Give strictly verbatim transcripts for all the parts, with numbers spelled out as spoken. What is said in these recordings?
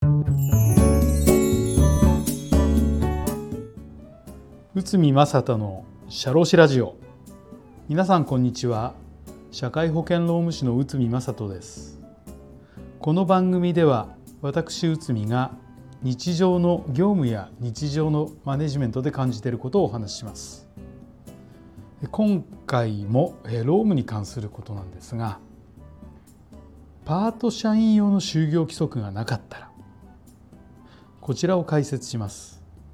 内海正人の社労士ラジオ。皆さんこんにちは。社会保険労務士の内海正人です。この番組では私内海が日常の業務や日常のマネジメントで感じていることをお話しします。今回も労務に関することなんですが、パート社員用の就業規則がなかったら、こちらを解説します。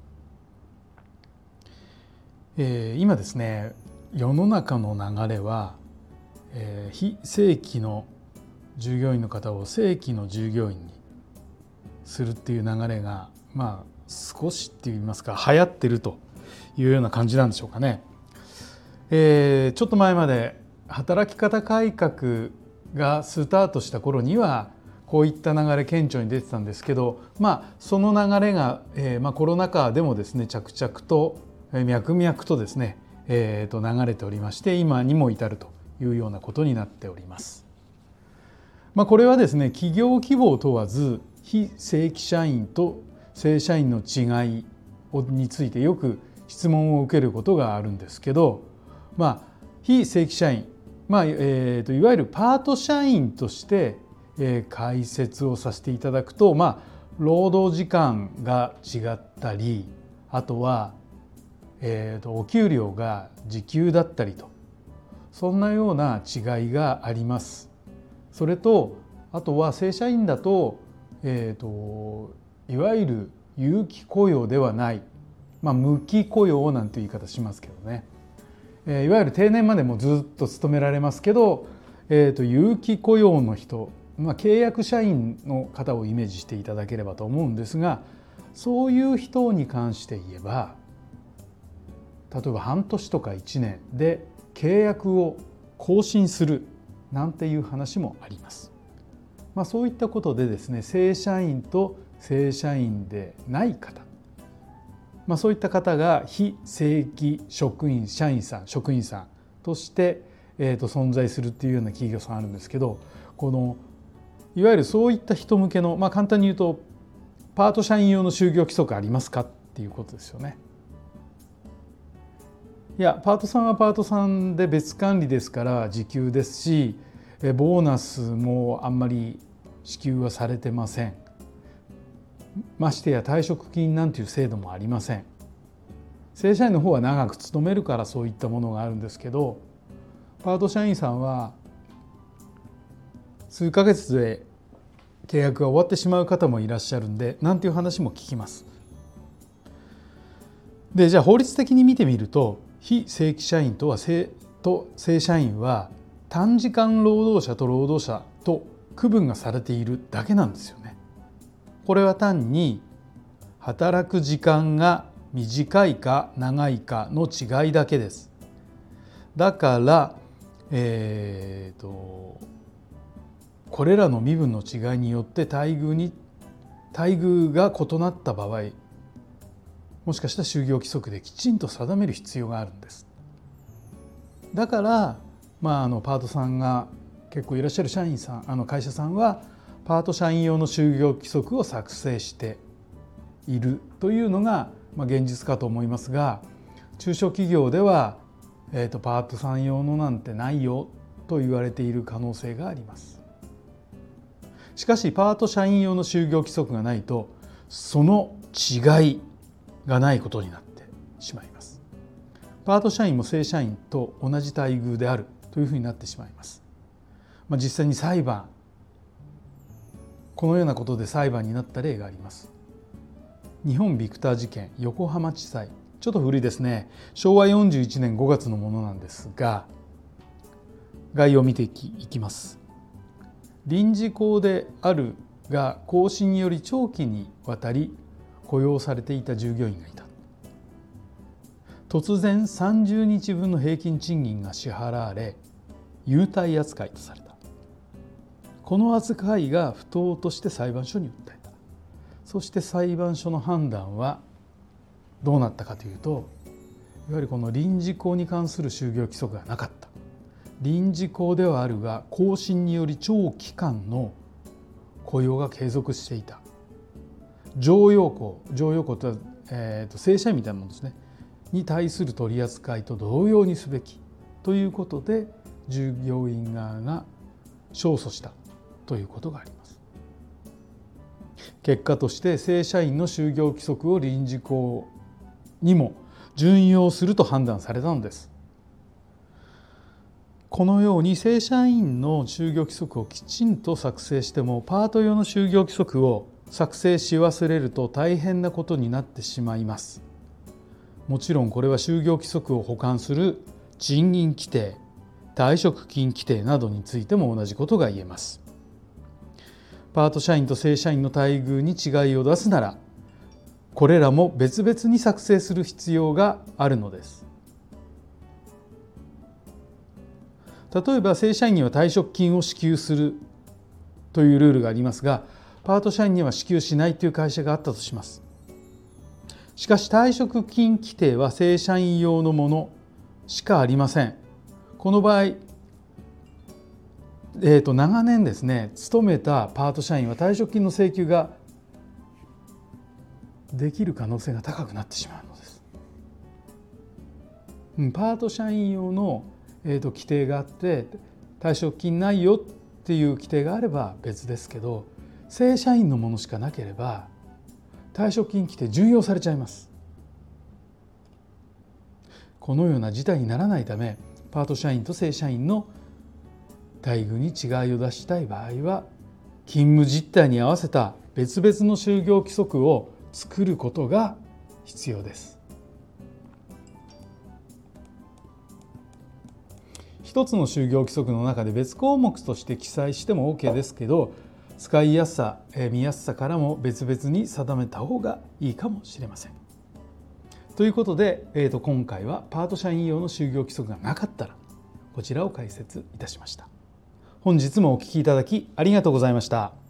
えー、今ですね、世の中の流れは、えー、非正規の従業員の方を正規の従業員にするっていう流れが、まあ少しって言いますか流行ってるというような感じなんでしょうかね。えー、ちょっと前まで働き方改革がスタートした頃にはこういった流れ顕著に出てたんですけど、まあその流れが、えーまあ、コロナ禍でもですね着々と脈々とですね、えー、と流れておりまして、今にも至るというようなことになっております。まあ、これはですね、企業規模を問わず非正規社員と正社員の違いについてよく質問を受けることがあるんですけど、まあ、非正規社員、まあえー、といわゆるパート社員として、えー、解説をさせていただくと、まあ、労働時間が違ったり、あとはえー、とお給料が時給だったりと、そんなような違いがあります。それとあとは正社員だと、えー、といわゆる有期雇用ではない、まあ、無期雇用なんていう言い方しますけどね、えー、いわゆる定年までもずっと勤められますけど、えー、と有期雇用の人、まあ、契約社員の方をイメージしていただければと思うんですが、そういう人に関して言えば、例えば半年とかいちねんで契約を更新するなんていう話もあります。まあ、そういったことでですね、正社員と正社員でない方、まあ、そういった方が非正規職員社員さん職員さんとして、えー、と存在するっていうような企業さんあるんですけど、このいわゆるそういった人向けの、まあ、簡単に言うとパート社員用の就業規則ありますかっていうことですよね。いや、パートさんはパートさんで別管理ですから時給ですし、ボーナスもあんまり支給はされてません。ましてや退職金なんていう制度もありません。正社員の方は長く勤めるからそういったものがあるんですけど、パート社員さんは数ヶ月で契約が終わってしまう方もいらっしゃるんで、なんていう話も聞きます。で、じゃあ法律的に見てみると、非正規社員とは正と正社員は短時間労働者と労働者と区分がされているだけなんですよね。これは単に働く時間が短いか長いかの違いだけです。だから、えーと、これらの身分の違いによって待遇に待遇が異なった場合、もしかしたら就業規則できちんと定める必要があるんです。だから、まあ、あのパートさんが結構いらっしゃる社員さん、あの会社さんはパート社員用の就業規則を作成しているというのが、まあ、現実かと思いますが、中小企業では、えーと、パートさん用のなんてないよと言われている可能性があります。しかしパート社員用の就業規則がないと、その違いがないことになってしまいます。パート社員も正社員と同じ待遇であるというふうになってしまいます。まあ、実際に裁判、このようなことで裁判になった例があります。日本ビクター事件、横浜地裁、ちょっと古いですね。しょうわよんじゅういちねんごがつのものなんですが、概要を見ていきます。臨時工であるが更新により長期にわたり雇用されていた従業員がいた。突然さんじゅうにちぶんの平均賃金が支払われ、優待扱いとされた。この扱いが不当として裁判所に訴えた。そして裁判所の判断はどうなったかというと、いわゆるこの臨時工に関する就業規則がなかった。臨時工ではあるが更新により長期間の雇用が継続していた。 常用工常用工とは、えー、と正社員みたいなものですねに対する取り扱いと同様にすべきということで従業員側が勝訴したということがあります。結果として正社員の就業規則を臨時項にも準用すると判断されたのです。このように正社員の就業規則をきちんと作成してもパート用の就業規則を作成し忘れると大変なことになってしまいます。もちろんこれは就業規則を補完する賃金規定、退職金規定などについても同じことが言えます。パート社員と正社員の待遇に違いを出すなら、これらも別々に作成する必要があるのです。例えば正社員には退職金を支給するというルールがありますが、パート社員には支給しないという会社があったとします。しかし退職金規定は正社員用のものしかありません。この場合、えー、と長年ですね勤めたパート社員は退職金の請求ができる可能性が高くなってしまうのです。パート社員用の、えー、と規定があって退職金ないよっていう規定があれば別ですけど、正社員のものしかなければ退職金規定準用されちゃいます。このような事態にならないため、パート社員と正社員の待遇に違いを出したい場合は、勤務実態に合わせた別々の就業規則を作ることが必要です。一つの就業規則の中で別項目として記載しても OK ですけど、使いやすさ、見やすさからも別々に定めた方がいいかもしれません。ということで、えーと、今回はパート社員用の就業規則がなかったらこちらを解説いたしました。本日もお聞きいただきありがとうございました。